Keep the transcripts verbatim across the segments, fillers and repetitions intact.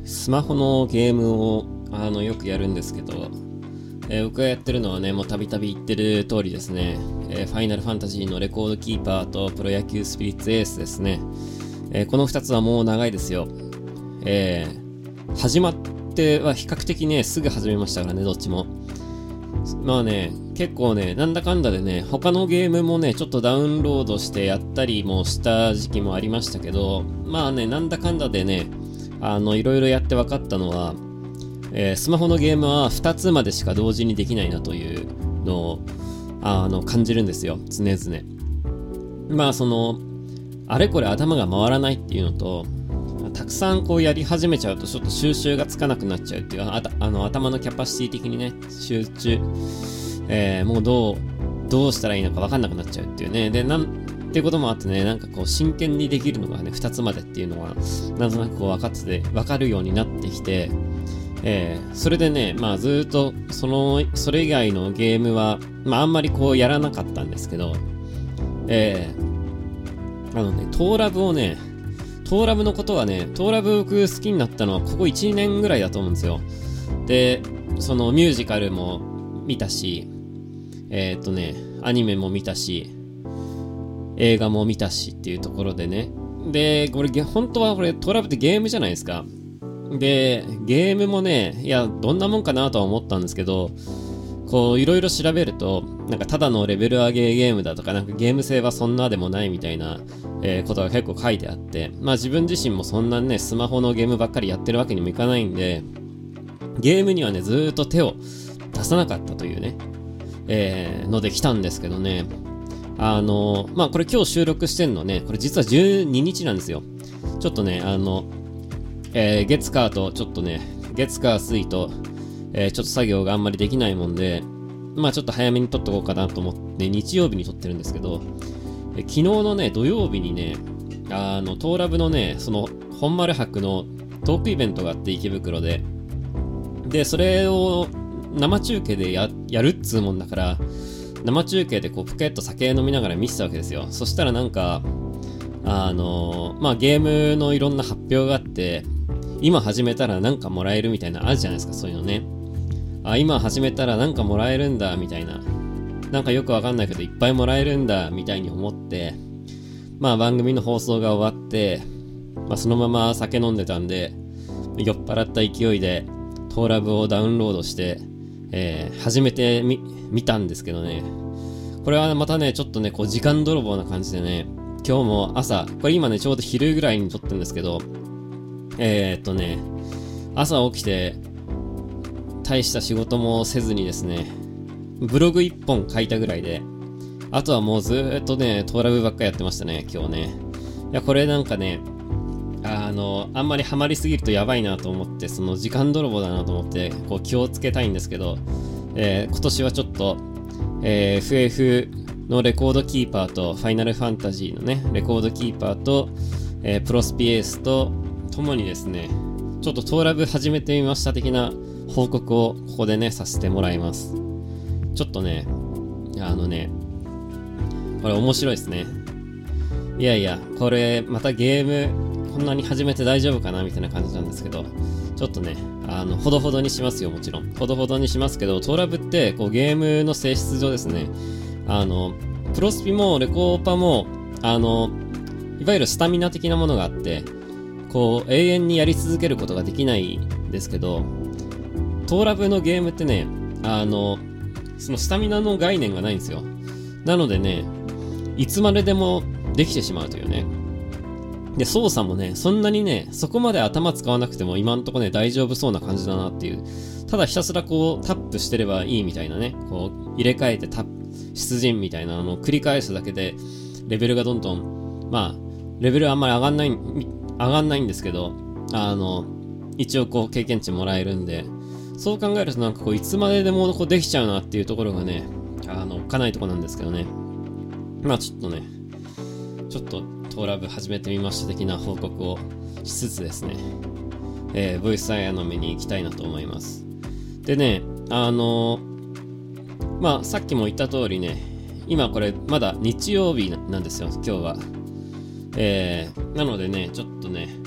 スマホのゲームをあのよくやるんですけど、えー僕がやってるのはね、もうたびたび言ってる通りですね、えーファイナルファンタジーのレコードキーパーとプロ野球スピリッツエースですね。えーこのふたつはもう長いですよ。えー始まっては比較的ね、すぐ始めましたからね、どっちも。まあね、結構ね、なんだかんだでね、他のゲームもね、ちょっとダウンロードしてやったりもした時期もありましたけど、まあね、なんだかんだでね、あの、いろいろやって分かったのは、えースマホのゲームはふたつまでしか同時にできないなというのを、あの、感じるんですよ、常々。まあ、その、あれこれ頭が回らないっていうのと、たくさんこうやり始めちゃうとちょっと収集がつかなくなっちゃうっていう、あたあの頭のキャパシティ的にね、集中、えーもうどう、どうしたらいいのか分かんなくなっちゃうっていうね。で、なんていうこともあってね、なんかこう真剣にできるのがね、ふたつまでっていうのは、なんとなくこう分かってて、分かるようになってきて、えーそれでね、まあずーっと、その、それ以外のゲームは、まああんまりこうやらなかったんですけど、えーあのね、トーラブをね、トーラブのことはね、トーラブ僕好きになったのはここいち、にねんぐらいだと思うんですよ。で、そのミュージカルも見たし、えーっとね、アニメも見たし、映画も見たしっていうところでね。で、これ、本当はこれトーラブってゲームじゃないですか。で、ゲームもね、いや、どんなもんかなとは思ったんですけど、こう、いろいろ調べると、なんかただのレベル上げゲームだとか、なんかゲーム性はそんなでもないみたいな、えーことが結構書いてあって、まあ自分自身もそんなね、スマホのゲームばっかりやってるわけにもいかないんで、ゲームにはね、ずーっと手を出さなかったというね、えーので来たんですけどね、あのまあこれ今日収録してんのね、これ実はじゅうににちなんですよ。ちょっとね、あの、えー月火とちょっとね、月火水と、えーちょっと作業があんまりできないもんで、まあちょっと早めに撮っとこうかなと思って日曜日に撮ってるんですけど、え昨日のね、土曜日にね、あの、トーラブのね、その、本丸博のトークイベントがあって池袋で、で、それを生中継でや、やるっつうもんだから、生中継でこう、ポケッと酒飲みながら見せたわけですよ。そしたらなんか、あのまあゲームのいろんな発表があって、今始めたらなんかもらえるみたいなあるじゃないですか、そういうのね。あ、今始めたらなんかもらえるんだみたいな、なんかよくわかんないけどいっぱいもらえるんだみたいに思って、まあ番組の放送が終わって、まあそのまま酒飲んでたんで、酔っ払った勢いでトーラブをダウンロードして、えー、始めてみ見たんですけどね、これはまたねちょっとねこう時間泥棒な感じでね、今日も朝、これ今ねちょうど昼ぐらいに撮ってるんですけど、えー、っとね朝起きて大した仕事もせずにですね、ブログいっぽん書いたぐらいで、あとはもうずーっとねトーラブばっかりやってましたね今日ね。いやこれなんかね、あのあんまりハマりすぎるとやばいなと思って、その時間泥棒だなと思ってこう気をつけたいんですけど、えー、今年はちょっと、えー、エフエフ のレコードキーパーとファイナルファンタジーのねレコードキーパーと、えー、プロスピエースとともにですね、ちょっとトーラブ始めてみました的な報告をここでねさせてもらいます。ちょっとね、あのね、これ面白いですね。いやいや、これまたゲームこんなに始めて大丈夫かなみたいな感じなんですけど、ちょっとね、あの、ほどほどにしますよ、もちろん。ほどほどにしますけど、トーラブって、こう、ゲームの性質上ですね、あの、プロスピもレコーパも、あの、いわゆるスタミナ的なものがあって、こう、永遠にやり続けることができないんですけど、トーラブのゲームってね、あの、そのスタミナの概念がないんですよ。なのでね、いつまででもできてしまうというね。で、操作もね、そんなにね、そこまで頭使わなくても今んとこね、大丈夫そうな感じだなっていう。ただひたすらこう、タップしてればいいみたいなね、こう、入れ替えてタップ、出陣みたいなのを繰り返すだけで、レベルがどんどん、まあ、レベルあんまり上がんない、上がんないんですけど、あの、一応こう、経験値もらえるんで、そう考えるとなんかこう、いつまででもこうできちゃうなっていうところがね、あの、おっかないところなんですけどね。まあちょっとね、ちょっとトーラブ始めてみました的な報告をしつつですね、えー、ボイスアイアの目に行きたいなと思います。でね、あのー、まあさっきも言った通りね、今これまだ日曜日なんですよ、今日は。えー、なのでね、ちょっとね、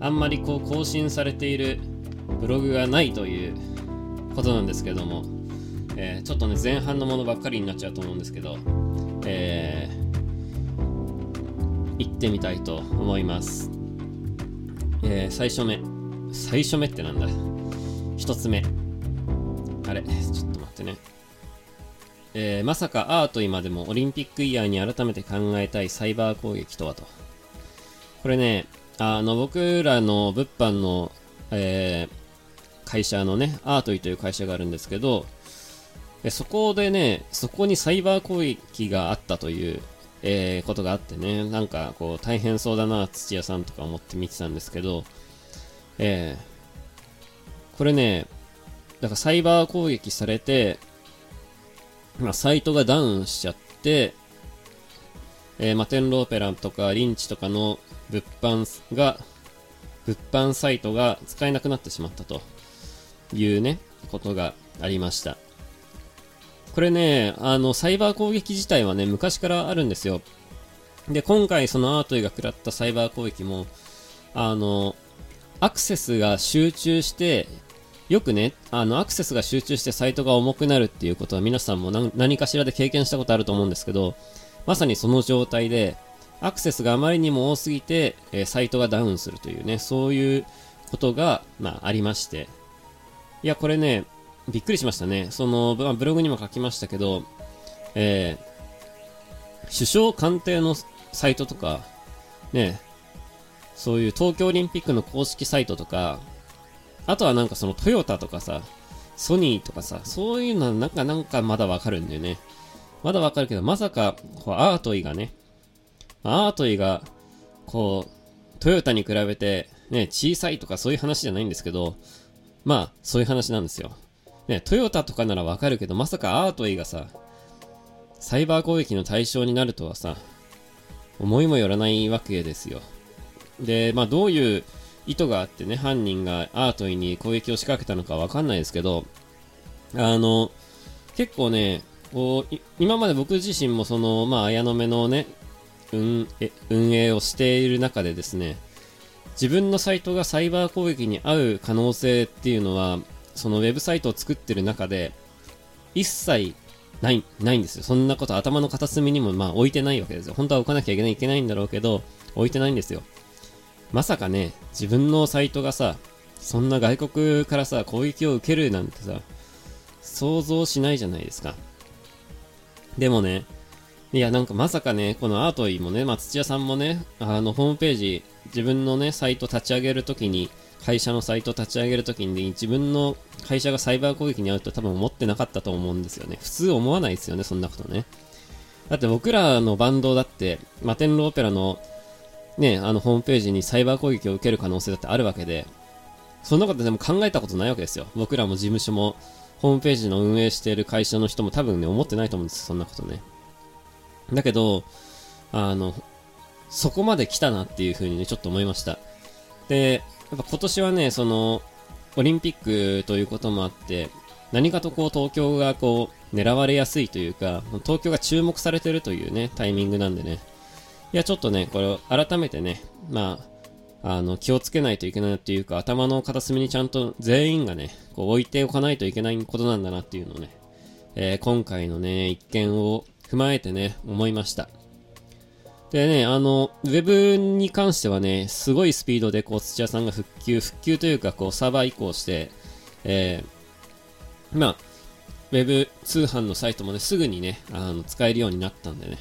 あんまりこう更新されているブログがないということなんですけども、えー、ちょっとね前半のものばっかりになっちゃうと思うんですけど、えー、行ってみたいと思います。えー、最初目最初目ってなんだ一つ目あれちょっと待ってね、えー、まさかアート今でもオリンピックイヤーに改めて考えたいサイバー攻撃とはと。これね、あの僕らの物販の、えー、会社のねアートイという会社があるんですけど、えそこでねそこにサイバー攻撃があったという、えー、ことがあってね、なんかこう大変そうだな土屋さんとか思って見てたんですけど、えー、これねだからサイバー攻撃されて、まあ、サイトがダウンしちゃって、えー、マテンローペラとかリンチとかの物販が物販サイトが使えなくなってしまったというねことがありました。これねあのサイバー攻撃自体はね昔からあるんですよ。で今回そのアートイが食らったサイバー攻撃もあのアクセスが集中してよくね、あのアクセスが集中してサイトが重くなるっていうことは皆さんも 何, 何かしらで経験したことあると思うんですけど、まさにその状態でアクセスがあまりにも多すぎて、えー、サイトがダウンするというね、そういうことが、まあ、ありまして、いやこれねびっくりしましたね。そのブログにも書きましたけど、えー、首相官邸のサイトとかね、そういう東京オリンピックの公式サイトとか、あとはなんかそのトヨタとかさ、ソニーとかさ、そういうのはなんかなんかまだわかるんだよね。まだわかるけど、まさかこうアートイがね、アートイがこうトヨタに比べてね小さいとかそういう話じゃないんですけど、まあそういう話なんですよ。ね、トヨタとかならわかるけど、まさかアートイがさ、サイバー攻撃の対象になるとはさ、思いもよらないわけですよ。で、まあどういう意図があってね、犯人がアートイに攻撃を仕掛けたのかわかんないですけど、あの、結構ね、こう今まで僕自身もその、まあ、綾野目のね、運え運営をしている中でですね、自分のサイトがサイバー攻撃に遭う可能性っていうのは、そのウェブサイトを作ってる中で、一切ない、ないんですよ。そんなこと頭の片隅にもまあ置いてないわけですよ。本当は置かなきゃいけない、いけないんだろうけど、置いてないんですよ。まさかね、自分のサイトがさ、そんな外国からさ、攻撃を受けるなんてさ、想像しないじゃないですか。でもね、いやなんかまさかね、このアートイもね、まあ、土屋さんもね、あのホームページ、自分のね、サイト立ち上げるときに、会社のサイト立ち上げるときに、自分の会社がサイバー攻撃に遭うと多分思ってなかったと思うんですよね。普通思わないですよね、そんなことね。だって僕らのバンドだって、マテンローペラのね、あのホームページにサイバー攻撃を受ける可能性だってあるわけで、そんなことでも考えたことないわけですよ。僕らも事務所もホームページの運営している会社の人も多分ね思ってないと思うんですよ、そんなことね。だけどあのそこまで来たなっていう風にねちょっと思いました。でやっぱ今年はねそのオリンピックということもあって何かとこう東京がこう狙われやすいというか東京が注目されてるというねタイミングなんでね、いやちょっとねこれを改めてねまああの気をつけないといけないっていうか頭の片隅にちゃんと全員がねこう置いておかないといけないことなんだなっていうのをね、えー、今回のね一件を踏まえてね思いました。でねあのウェブに関してはねすごいスピードでこう土屋さんが復旧復旧というかこうサーバー移行して、えー、まあウェブ通販のサイトもねすぐにねあの使えるようになったんでね、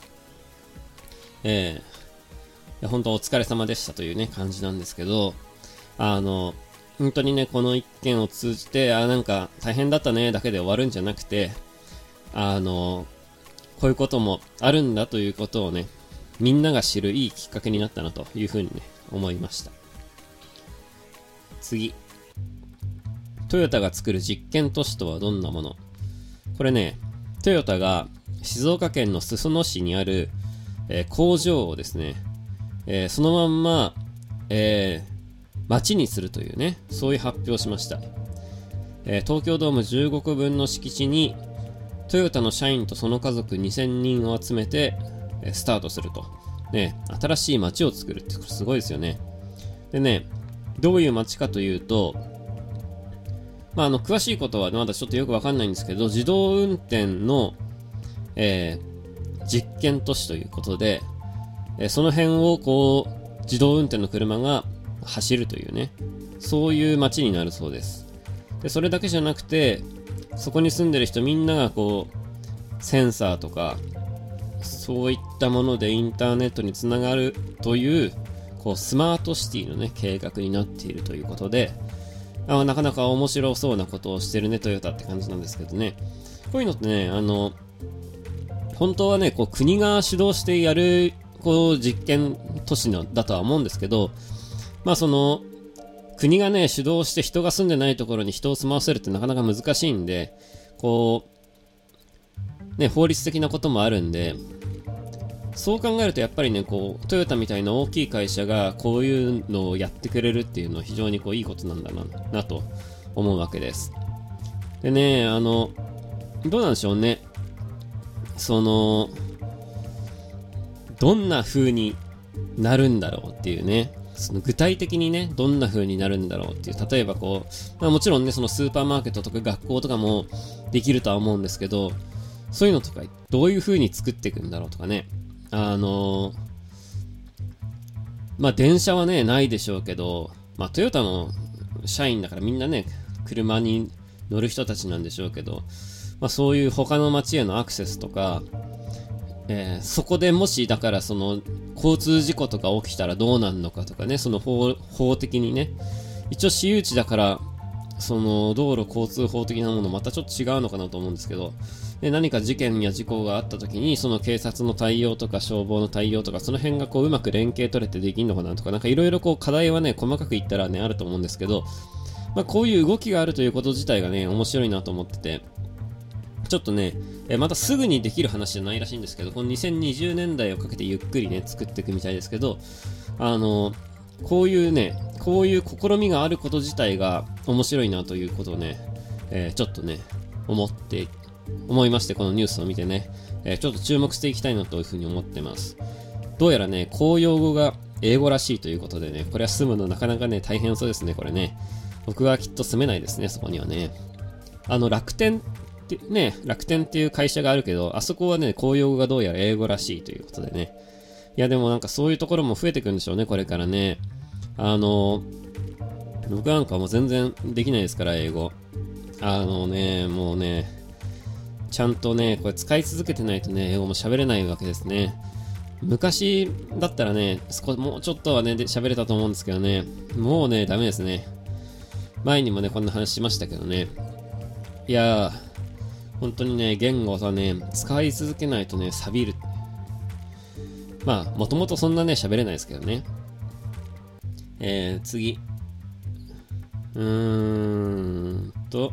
えー本当お疲れ様でしたというね感じなんですけど、あの本当にねこの一件を通じてあなんか大変だったねだけで終わるんじゃなくて、あのこういうこともあるんだということをねみんなが知るいいきっかけになったなというふうにね思いました。次、トヨタが作る実験都市とはどんなもの。これねトヨタが静岡県の裾野市にある、えー、工場をですねえー、そのまんま、えー、町にするというねそういう発表をしました。えー、東京ドームじゅうごこぶんの敷地にトヨタの社員とその家族にせんにんを集めて、えー、スタートするとね新しい町を作るってこれすごいですよね。でねどういう街かというと、まあ、あの詳しいことはまだちょっとよくわかんないんですけど、自動運転の、えー、実験都市ということで、えー、その辺をこう自動運転の車が走るというね、そういう街になるそうです。でそれだけじゃなくて、そこに住んでる人みんながこうセンサーとかそういったものでインターネットにつながるという、こうスマートシティのね計画になっているということで、あなかなか面白そうなことをしてるねトヨタって感じなんですけどね。こういうのってね、あの本当はねこう国が主導してやるこう実験都市のだとは思うんですけど、まあその国がね主導して人が住んでないところに人を住まわせるってなかなか難しいんで、こうね法律的なこともあるんで、そう考えるとやっぱりねこうトヨタみたいな大きい会社がこういうのをやってくれるっていうのは非常にこういいことなんだな、なと思うわけです。でね、あのどうなんでしょうね、そのどんな風になるんだろうっていうね、その具体的にねどんな風になるんだろうっていう、例えばこう、まあ、もちろんねそのスーパーマーケットとか学校とかもできるとは思うんですけど、そういうのとかどういう風に作っていくんだろうとかね、あのー、まあ電車はねないでしょうけど、まあトヨタの社員だからみんなね車に乗る人たちなんでしょうけど、まあそういう他の街へのアクセスとか、えー、そこでもしだからその交通事故とか起きたらどうなるのかとかね、その法、法的にね、一応私有地だからその道路交通法的なものまたちょっと違うのかなと思うんですけど、で何か事件や事故があった時にその警察の対応とか消防の対応とかその辺がこううまく連携取れてできるのかなとか、なんかいろいろこう課題はね細かく言ったらねあると思うんですけど、まあ、こういう動きがあるということ自体がね面白いなと思ってて、ちょっとねえまたすぐにできる話じゃないらしいんですけど、このにせんにじゅうねんだいをかけてゆっくりね作っていくみたいですけど、あのこういうねこういう試みがあること自体が面白いなということをね、えー、ちょっとね思って思いまして、このニュースを見てね、えー、ちょっと注目していきたいなというふうに思ってます。どうやらね公用語が英語らしいということでね、これは住むのなかなかね大変そうですね。これね僕はきっと住めないですね、そこにはね。あの楽天ってね楽天っていう会社があるけど、あそこはね公用語がどうやら英語らしいということでね、いやでもなんかそういうところも増えてくるんでしょうねこれからね。あの僕なんかもう全然できないですから英語。あのねもうねちゃんとねこれ使い続けてないとね英語も喋れないわけですね。昔だったらね少もうちょっとはね喋れたと思うんですけどね、もうねダメですね。前にもねこんな話しましたけどね、いやー本当にね言語はね使い続けないとね錆びる。まあもともとそんなね喋れないですけどね。えー、次うーんと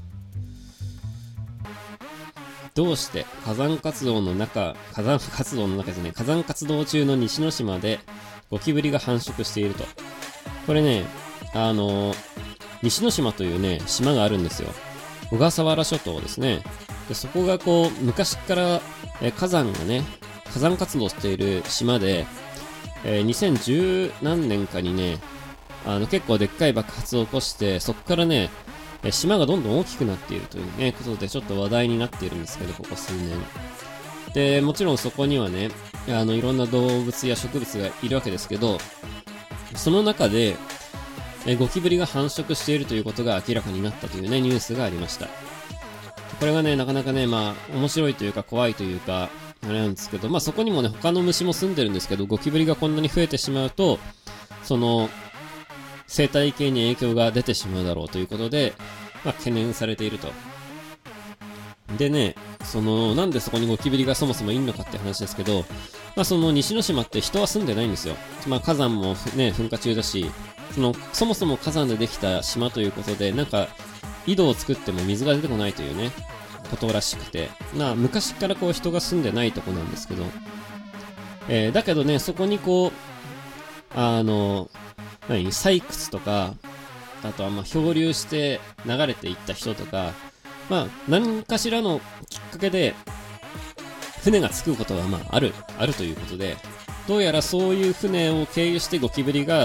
どうして火山活動の中火山活動の中ですね火山活動中の西之島でゴキブリが繁殖していると。これねあのー、西之島というね島があるんですよ。小笠原諸島ですね。でそこがこう昔からえ火山がね火山活動している島で、えー、にせんじゅう何年かにねあの結構でっかい爆発を起こして、そこからね島がどんどん大きくなっているというねことでちょっと話題になっているんですけど、ここ数年でもちろんそこにはねあのいろんな動物や植物がいるわけですけど、その中でえゴキブリが繁殖しているということが明らかになったというねニュースがありました。これがねなかなかねまあ面白いというか怖いというかあれなんですけど、まあそこにもね他の虫も住んでるんですけど、ゴキブリがこんなに増えてしまうとその生態系に影響が出てしまうだろうということで、まあ、懸念されていると。でね、そのなんでそこにゴキブリがそもそもいるのかって話ですけど、まあ、その西之島って人は住んでないんですよ。まあ、火山もね噴火中だし、そのそもそも火山でできた島ということで、なんか井戸を作っても水が出てこないというねことらしくて、まあ昔からこう人が住んでないとこなんですけど、えー、だけどねそこにこうあの何採掘とか、あとはまあ漂流して流れていった人とか、まあ何かしらのきっかけで船が着くことがまああるあるということで、どうやらそういう船を経由してゴキブリが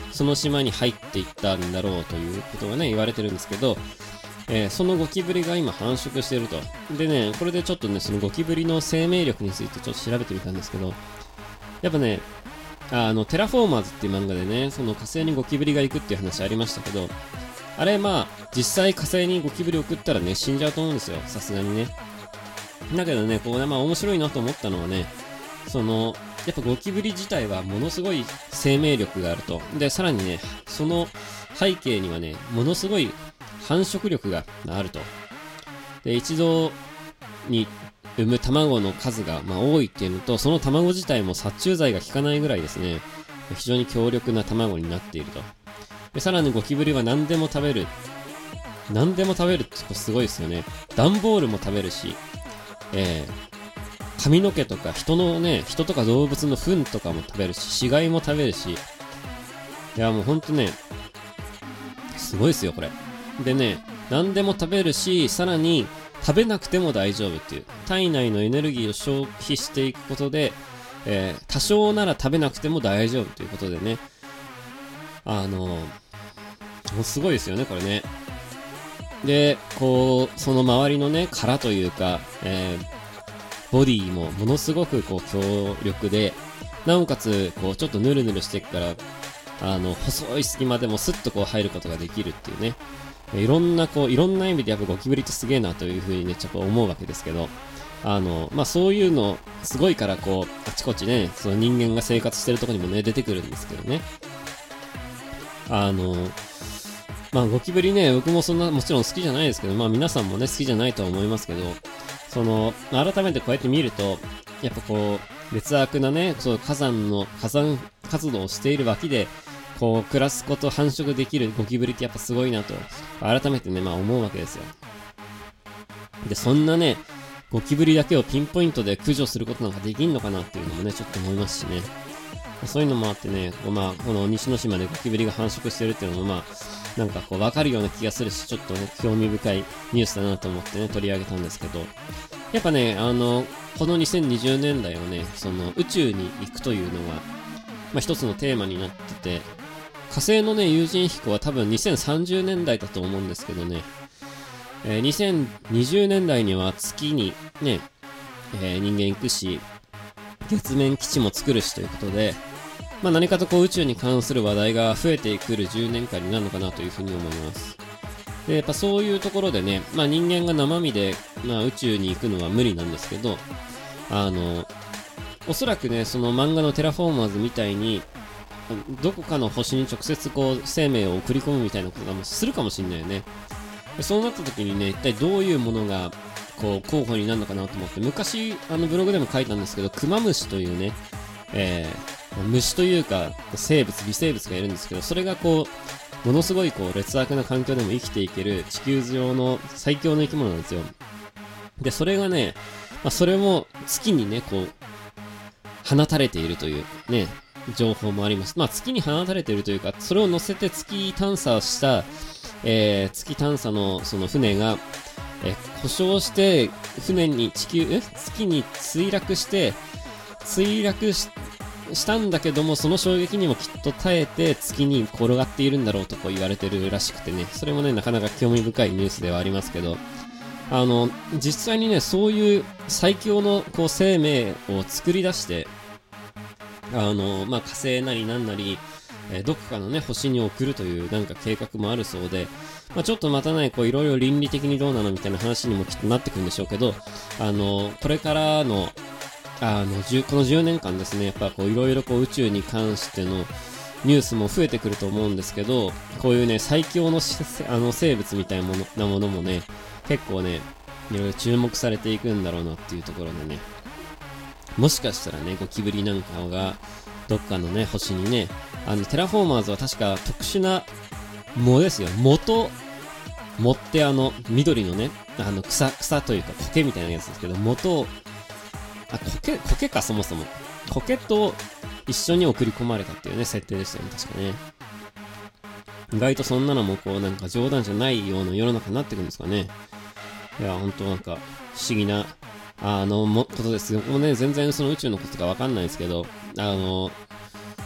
その島に入っていったんだろうということがね、言われてるんですけど、えー、そのゴキブリが今繁殖していると。でね、これでちょっとね、そのゴキブリの生命力についてちょっと調べてみたんですけど、やっぱね、あの、テラフォーマーズっていう漫画でね、その火星にゴキブリが行くっていう話ありましたけど、あれまあ、実際火星にゴキブリ送ったらね、死んじゃうと思うんですよ。さすがにね。だけどね、こうね、まあ面白いなと思ったのはね、その、やっぱゴキブリ自体はものすごい生命力があると。で、さらにね、その背景にはね、ものすごい繁殖力があると。で、一度に産む卵の数がまあ多いっていうのと、その卵自体も殺虫剤が効かないぐらいですね、非常に強力な卵になっていると。で、さらにゴキブリは何でも食べる。何でも食べるってすごいですよね。段ボールも食べるし、えー、髪の毛とか人のね、人とか動物の糞とかも食べるし、死骸も食べるし、いやもうほんとね、すごいですよこれ。でね、何でも食べるし、さらに食べなくても大丈夫っていう、体内のエネルギーを消費していくことで、えー、多少なら食べなくても大丈夫ということでね、あのー、もうすごいですよねこれね。で、こう、その周りのね、殻というか、えー、ボディもものすごくこう強力で、なおかつ、こう、ちょっとヌルヌルしていくから、あの、細い隙間でもスッとこう入ることができるっていうね。いろんな、こう、いろんな意味でやっぱゴキブリってすげえなというふうにね、ちょっと思うわけですけど、あの、まあ、そういうの、すごいからこう、あちこちね、その人間が生活してるところにもね、出てくるんですけどね。あの、まあゴキブリね、僕もそんなもちろん好きじゃないですけど、まあ皆さんもね好きじゃないとは思いますけど、その改めてこうやって見ると、やっぱこう劣悪なね、そう火山の火山活動をしている脇でこう暮らすこと、繁殖できるゴキブリってやっぱすごいなと改めてね、まあ思うわけですよ。で、そんなねゴキブリだけをピンポイントで駆除することなんかできんのかなっていうのもねちょっと思いますしね。そういうのもあってね、こうまあこの西之島でゴキブリが繁殖してるっていうのもまあなんかこう分かるような気がするし、ちょっとね興味深いニュースだなと思ってね取り上げたんですけど、やっぱねあのこのにせんにじゅうねんだいはね、その宇宙に行くというのがまあ一つのテーマになってて、火星のね有人飛行は多分にせんさんじゅうねんだいだと思うんですけどね、えー、にせんにじゅうねんだいには月にね、えー、人間行くし、月面基地も作るしということで、まあ何かとこう宇宙に関する話題が増えてくるじゅうねんかんになるのかなというふうに思います。で、やっぱそういうところでね、まあ人間が生身で、まあ、宇宙に行くのは無理なんですけど、あの、おそらくね、その漫画のテラフォーマーズみたいに、どこかの星に直接こう生命を送り込むみたいなことがするかもしれないよね。でそうなった時にね、一体どういうものがこう候補になるのかなと思って、昔あのブログでも書いたんですけど、クマムシというね、えー虫というか生物、微生物がいるんですけど、それがこうものすごいこう劣悪な環境でも生きていける地球上の最強の生き物なんですよ。でそれがね、まあ、それも月にねこう放たれているというね情報もあります。まあ月に放たれているというか、それを乗せて月探査した、えー、月探査のその船が、えー、故障して船に地球え月に墜落して墜落ししたんだけども、その衝撃にもきっと耐えて月に転がっているんだろうとこう言われてるらしくてね、それもねなかなか興味深いニュースではありますけど、あの実際にねそういう最強のこう生命を作り出して、あのまあ火星なりなんなり、えー、どこかのね星に送るというなんか計画もあるそうで、まあ、ちょっとまたねこういろいろ倫理的にどうなのみたいな話にもきっとなってくるんでしょうけど、あのこれからのあのこのじゅうねんかんですね、やっぱこういろいろこう宇宙に関してのニュースも増えてくると思うんですけど、こういうね最強のあの生物みたいなものなものもね結構ねいろいろ注目されていくんだろうなっていうところでね、もしかしたらねゴキブリなんかがどっかのね星にね、あのテラフォーマーズは確か特殊な藻ですよ、藻と藻ってあの緑のねあの草草というか苔みたいなやつですけど、藻とあ、苔、苔かそもそも。苔と一緒に送り込まれたっていうね、設定でしたよね、確かね。意外とそんなのもこうなんか冗談じゃないような世の中になってくるんですかね。いや、ほんとなんか不思議な、あの、も、ことですよ。もうね、全然その宇宙のこととかわかんないですけど、あの、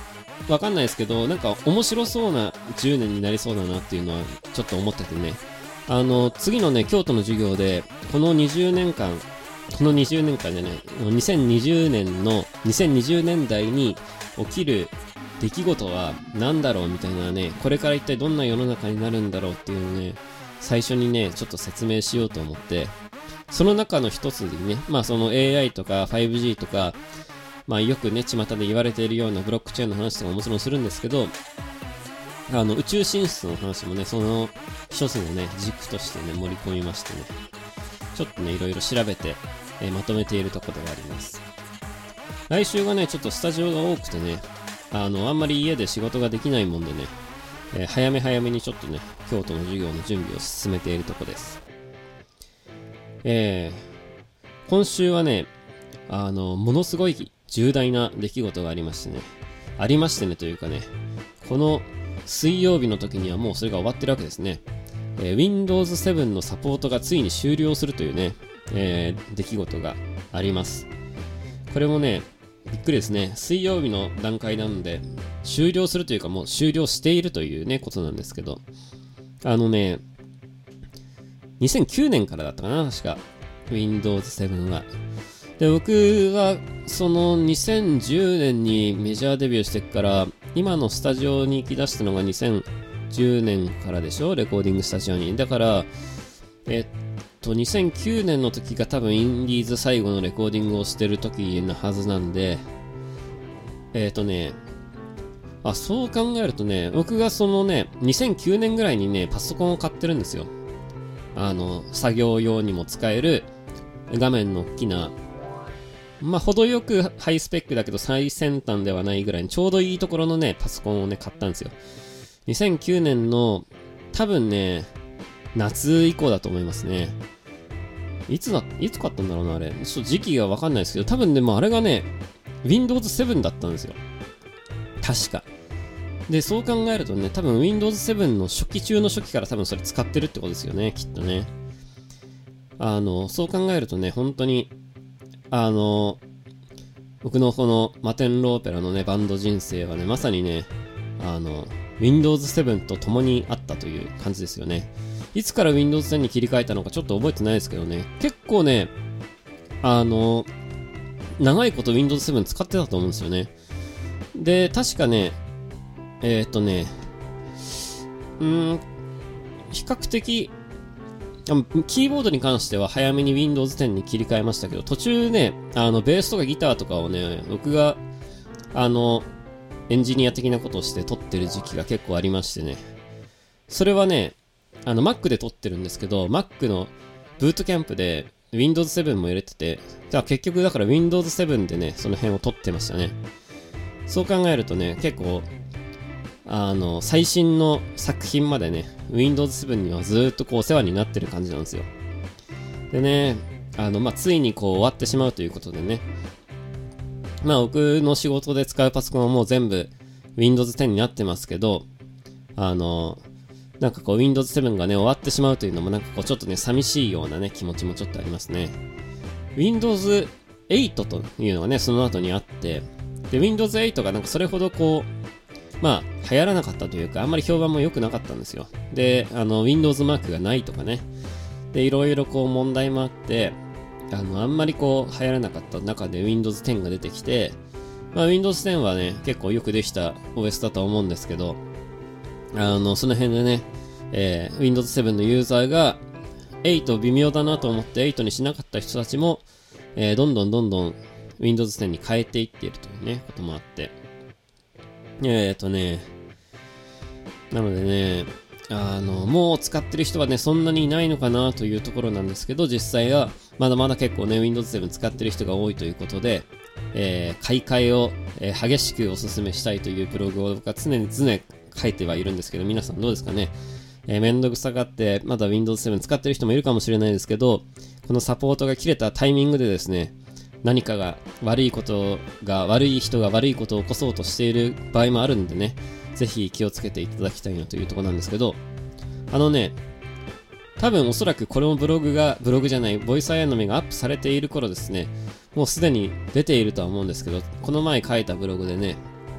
わかんないですけど、なんか面白そうなじゅうねんになりそうだなっていうのはちょっと思っててね。あの、次のね、京都の授業で、このにじゅうねんかん、このにじゅうねんかんでね、にせんにじゅうねんの、にせんにじゅうねんだいに起きる出来事は何だろうみたいなね、これから一体どんな世の中になるんだろうっていうのをね、最初にね、ちょっと説明しようと思って、その中の一つにね、まあその エーアイ とか ファイブジー とか、まあよくね、巷で言われているようなブロックチェーンの話とかももちろんするんですけど、あの宇宙進出の話もね、その一つのね、軸としてね、盛り込みましてね、ちょっとね、いろいろ調べて、えー、まとめているところではあります。来週がね、ちょっとスタジオが多くてね、あの、あんまり家で仕事ができないもんでね、えー、早め早めにちょっとね、京都の授業の準備を進めているところです。えー、今週はね、あの、ものすごい重大な出来事がありましてね、ありましてねというかね、この水曜日の時にはもうそれが終わってるわけですね。えー、ウィンドウズセブン のサポートがついに終了するというね、えー、出来事があります。これもね、びっくりですね。水曜日の段階なので、終了するというかもう終了しているというね、ことなんですけど、あのね、にせんきゅうねんからだったかな、確か。ウィンドウズセブン は。で、僕は、そのにせんじゅうねんにメジャーデビューしてから、今のスタジオに行き出したのがにせんじゅうねんからでしょ、レコーディングスタジオに。だから、えっと、にせんきゅうねんの時が多分インディーズ最後のレコーディングをしてる時のはずなんで、えっとね、あ、そう考えるとね、僕がそのね、にせんきゅうねんぐらいにね、パソコンを買ってるんですよ。あの、作業用にも使える、画面の大きな、まあ、程よくハイスペックだけど最先端ではないぐらいにちょうどいいところのね、パソコンをね、買ったんですよ。にせんきゅうねんの、多分ね、夏以降だと思いますね。いつだ、いつ買ったんだろうな、あれ。ちょっと時期がわかんないですけど、多分ね、もうあれがね、ウィンドウズセブン だったんですよ。確か。で、そう考えるとね、多分 ウィンドウズセブン の初期中の初期から多分それ使ってるってことですよね、きっとね。あの、そう考えるとね、本当に、あの、僕のこのマテンローペラのね、バンド人生はね、まさにね、あの、ウィンドウズセブン と共にあったという感じですよね。いつから ウィンドウズテン に切り替えたのかちょっと覚えてないですけどね、結構ね、あの、長いこと ウィンドウズセブン 使ってたと思うんですよね。で、確かね、えー、っとね、うーん、比較的、キーボードに関しては早めに ウィンドウズテン に切り替えましたけど、途中ね、あの、ベースとかギターとかをね、僕が、あの、エンジニア的なことをして撮ってる時期が結構ありましてね。それはね、あの、Mac で撮ってるんですけど、Mac のブートキャンプで ウィンドウズセブン も入れてて、じゃあ結局だから ウィンドウズセブン でね、その辺を撮ってましたね。そう考えるとね、結構、あの、最新の作品までね、ウィンドウズセブン にはずーっとこうお世話になってる感じなんですよ。でね、あの、まあ、ついにこう終わってしまうということでね、まあ僕の仕事で使うパソコンはもう全部 ウィンドウズテン になってますけど、あの、なんかこう ウィンドウズセブン がね終わってしまうというのもなんかこうちょっとね寂しいようなね気持ちもちょっとありますね。ウィンドウズエイト というのがねその後にあって、で ウィンドウズエイト がなんかそれほどこうまあ流行らなかったというかあんまり評判も良くなかったんですよ。で、あの Windows マークがないとかね、でいろいろこう問題もあって、あのあんまりこう流行らなかった中で ウィンドウズテン が出てきて、まあ ウィンドウズテン はね結構よくできた オーエス だと思うんですけど、あのその辺でね、えー、ウィンドウズセブン のユーザーがエイト微妙だなと思ってエイトにしなかった人たちも、えー、どんどんどんどん ウィンドウズテン に変えていっているというねこともあって、えーっとねなのでね、あのもう使ってる人はねそんなにいないのかなというところなんですけど、実際はまだまだ結構ね ウィンドウズセブン 使ってる人が多いということで、えー、買い替えを、えー、激しくお勧めしたいというブログを僕は常に常に書いてはいるんですけど、皆さんどうですかね。えー、めんどくさがってまだ ウィンドウズセブン 使ってる人もいるかもしれないですけど、このサポートが切れたタイミングでですね、何かが悪いことが悪い人が悪いことを起こそうとしている場合もあるんでね、ぜひ気をつけていただきたいなというところなんですけど、あのね多分おそらくこれもブログがブログじゃないボイスアイアンの目がアップされている頃ですね、もうすでに出ているとは思うんですけど、この前書いたブログでね、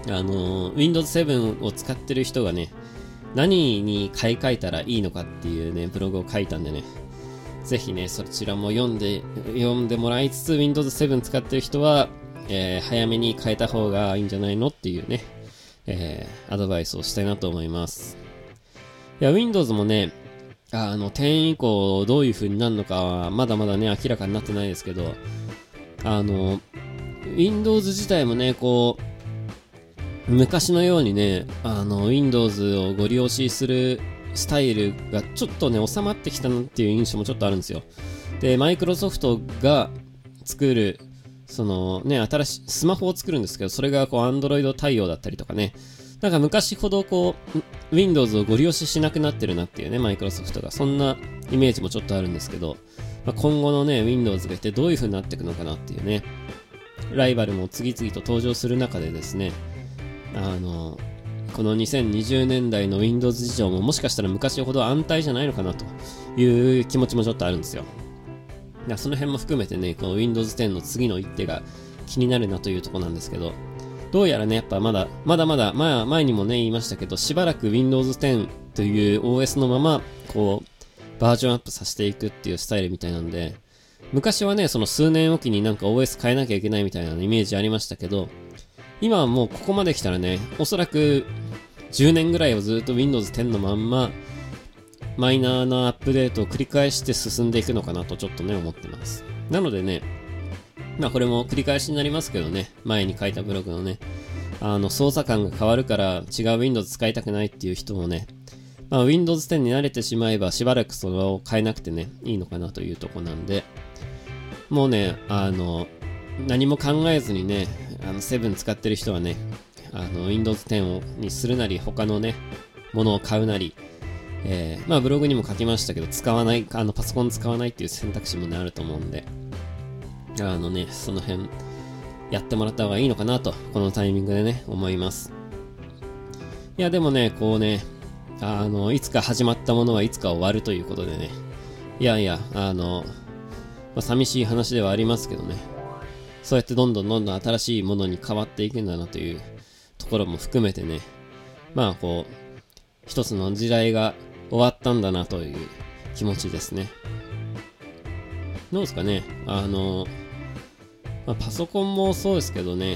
あの ウィンドウズセブン を使ってる人がね、何に買い替えたらいいのかっていうね、ブログを書いたんでね、ぜひね、そちらも読んで、読んでもらいつつ、ウィンドウズセブン 使ってる人は、えー、早めに変えた方がいいんじゃないのっていうね、えー、アドバイスをしたいなと思います。いや、Windows もね、あの、じゅう以降どういう風になるのかは、まだまだね、明らかになってないですけど、あの、Windows 自体もね、こう、昔のようにね、あの、Windows をご利用しするスタイルがちょっとね、収まってきたなっていう印象もちょっとあるんですよ。で、マイクロソフトが作る、そのね、新しいスマホを作るんですけど、それがこう、Android 対応だったりとかね、なんか昔ほどこう、Windows をご利用ししなくなってるなっていうね、マイクロソフトが。そんなイメージもちょっとあるんですけど、まあ、今後のね、Windows が一体どういう風になっていくのかなっていうね、ライバルも次々と登場する中でですね、あのこのにせんにじゅうねんだいの Windows 事情ももしかしたら昔ほど安泰じゃないのかなという気持ちもちょっとあるんですよ。その辺も含めてね、この Windows テンの次の一手が気になるなというところなんですけど、どうやらね、やっぱまだまだまだ、まあ、前にもね言いましたけど、しばらく Windows テンという オーエス のままこうバージョンアップさせていくっていうスタイルみたいなんで、昔はね、その数年おきになんか オーエス 変えなきゃいけないみたいなイメージありましたけど、今はもうここまで来たらね、おそらくじゅうねんぐらいをずっと Windows テンのまんまマイナーなアップデートを繰り返して進んでいくのかなとちょっとね思ってます。なのでね、まあこれも繰り返しになりますけどね、前に書いたブログのね、あの操作感が変わるから違う Windows 使いたくないっていう人もね、まあ Windows テンに慣れてしまえばしばらくそれを変えなくてねいいのかなというとこなんで、もうね、あの何も考えずにね、あのセブン使ってる人はね、あの Windows テンをにするなり、他のねものを買うなり、えー、まあブログにも書きましたけど、使わないあのパソコン使わないっていう選択肢もねあると思うんで、あのねその辺やってもらった方がいいのかなとこのタイミングでね思います。いやでもね、こうね、あのいつか始まったものはいつか終わるということでね、いやいやあの、まあ、寂しい話ではありますけどね、そうやってどんどんどんどん新しいものに変わっていくんだなというところも含めてね、まあこう一つの時代が終わったんだなという気持ちですね。どうですかね、あの、まあ、パソコンもそうですけどね、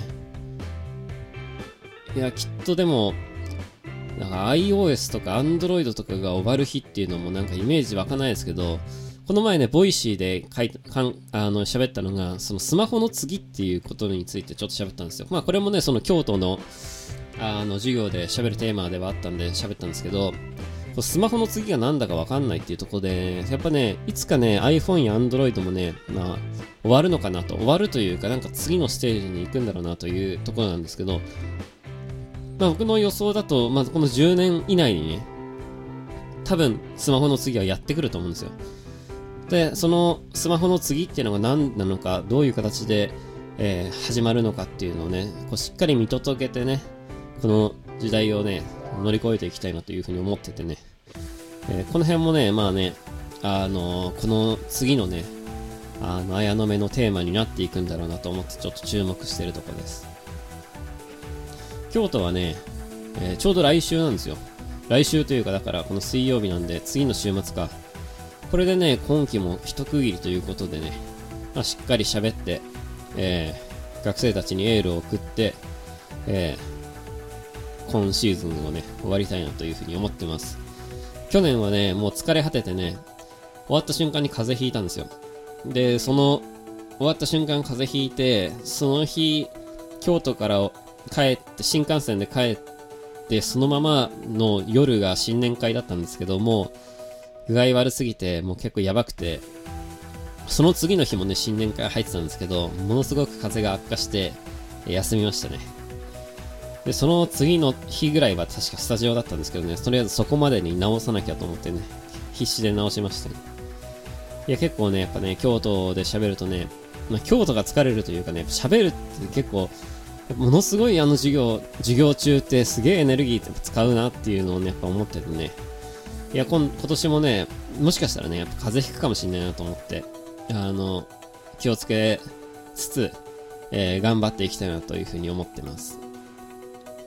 いやきっとでもなんか iOS とか Android とかが終わる日っていうのもなんかイメージ湧かないですけど、この前ね、ボイシーで書いかんあの喋ったのが、そのスマホの次っていうことについてちょっと喋ったんですよ。まあこれもね、その京都のあの授業で喋るテーマではあったんで喋ったんですけど、スマホの次がなんだかわかんないっていうところで、やっぱね、いつかね、iPhone や Android もね、まあ終わるのかなと、終わるというか、なんか次のステージに行くんだろうなというところなんですけど、まあ僕の予想だと、まずこのじゅうねん以内にね、多分スマホの次はやってくると思うんですよ。で、そのスマホの次っていうのが何なのか、どういう形で、えー、始まるのかっていうのをね、こうしっかり見届けてね、この時代をね、乗り越えていきたいなというふうに思っててね、えー、この辺もね、まあね、あのー、この次のね、あの、綾野目のテーマになっていくんだろうなと思ってちょっと注目しているところです。京都はね、えー、ちょうど来週なんですよ。来週というか、だからこの水曜日なんで、次の週末か。これでね、今期も一区切りということでね、まあ、しっかり喋って、えー、学生たちにエールを送って、えー、今シーズンをね、終わりたいなというふうに思ってます。去年はね、もう疲れ果ててね、終わった瞬間に風邪ひいたんですよ。で、その、終わった瞬間風邪ひいて、その日、京都から帰って、新幹線で帰って、そのままの夜が新年会だったんですけども、具合悪すぎて、もう結構やばくて、その次の日もね、新年会入ってたんですけど、ものすごく風邪が悪化して、休みましたね。で、その次の日ぐらいは確かスタジオだったんですけどね、とりあえずそこまでに直さなきゃと思ってね、必死で直しましたね。いや、結構ね、やっぱね、京都で喋るとね、まあ、京都が疲れるというかね、喋るって結構、ものすごいあの授業、授業中ってすげえエネルギーって使うなっていうのをね、やっぱ思っててね、いや、今、今年もね、もしかしたらね、やっぱ風邪ひくかもしれないなと思って、あの、気をつけつつ、えー、頑張っていきたいなというふうに思ってます。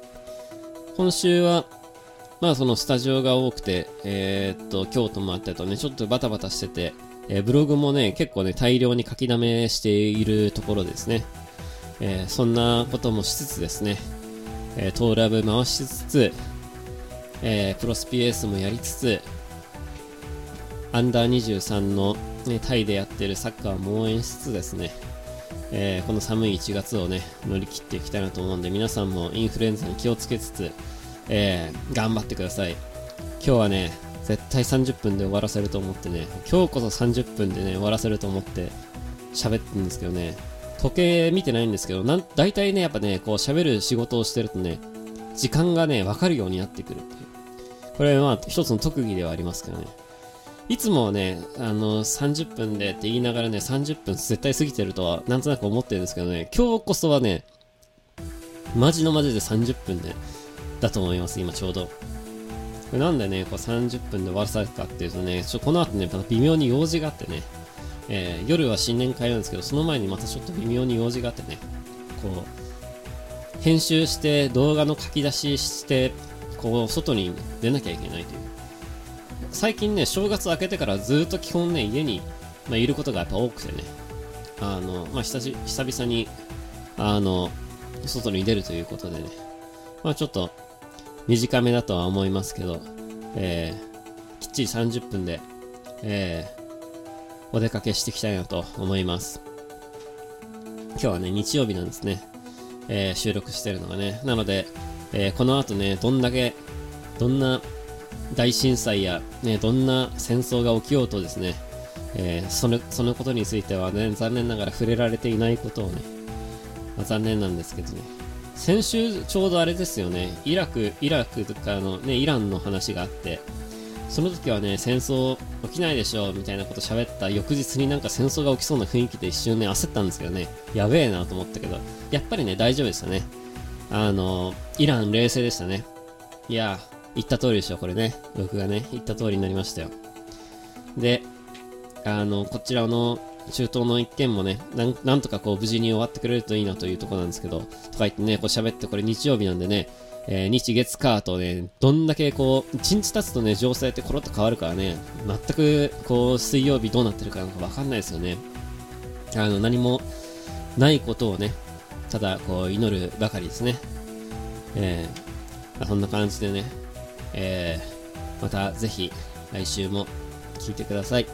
今週は、まあそのスタジオが多くて、えー、っと、京都もあったりとね、ちょっとバタバタしてて、えー、ブログもね、結構ね、大量に書き溜めしているところですね。えー、そんなこともしつつですね、えー、トーラブ回しつつ、えー、プロスピエースもやりつつ、アンダーにじゅうさんの、ね、タイでやってるサッカーも応援しつつですね、えー、この寒いいちがつをね、乗り切っていきたいなと思うんで、皆さんもインフルエンザに気をつけつつ、えー、頑張ってください。今日はね、絶対さんじゅっぷんで終わらせると思ってね、今日こそさんじゅっぷんでね、終わらせると思って喋ってるんですけどね、時計見てないんですけど、なん大体ね、やっぱね、こう喋る仕事をしてるとね、時間がね、わかるようになってくるっていう。これはまあ、一つの特技ではありますけどね。いつもはね、あの、さんじゅっぷんでって言いながらね、さんじゅっぷん絶対過ぎてるとは、なんとなく思ってるんですけどね、今日こそはね、マジのマジでさんじゅっぷんで、だと思います、今ちょうど。これなんでね、こうさんじゅっぷんで終わらせるかっていうとね、ちょこの後ね、また微妙に用事があってね、えー、夜は新年会なんですけど、その前にまたちょっと微妙に用事があってね、こう、編集して動画の書き出しして、こう、外に出なきゃいけないという。最近ね、正月明けてからずっと基本ね、家に、まあ、いることがやっぱ多くてね、あの、まあ、久し久々に、あの、外に出るということでね、まあちょっと短めだとは思いますけど、えー、きっちりさんじゅっぷんで、えー、お出かけしていきたいなと思います。今日はね、日曜日なんですね。えー、収録してるのがね。なので、えー、この後ね、どんだけ、どんな大震災や、ね、どんな戦争が起きようとですね、えー、その、そのことについてはね、残念ながら触れられていないことをね、まあ、残念なんですけどね。先週ちょうどあれですよね、イラク、イラクとかのね、イランの話があって、その時はね、戦争起きないでしょみたいなこと喋った翌日になんか戦争が起きそうな雰囲気で一瞬ね、焦ったんですけどね、やべえなと思ったけど、やっぱりね、大丈夫でしたね。あの、イラン冷静でしたね。いや、言った通りでしょ、これね。僕がね、言った通りになりましたよ。で、あの、こちらの中東の一件もね、なん、なんとかこう無事に終わってくれるといいなというところなんですけど、とか言ってね、こう喋ってこれ日曜日なんでね、えー、日月火とね、どんだけこう、一日経つとね、情勢ってコロッと変わるからね、全くこう、水曜日どうなってるかなんかわかんないですよね。あの、何もないことをね、ただこう、祈るばかりですね。えー、そんな感じでね、えー、またぜひ来週も聞いてください。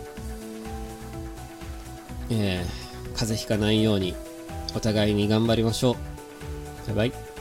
えー、風邪ひかないようにお互いに頑張りましょう。バイバイ。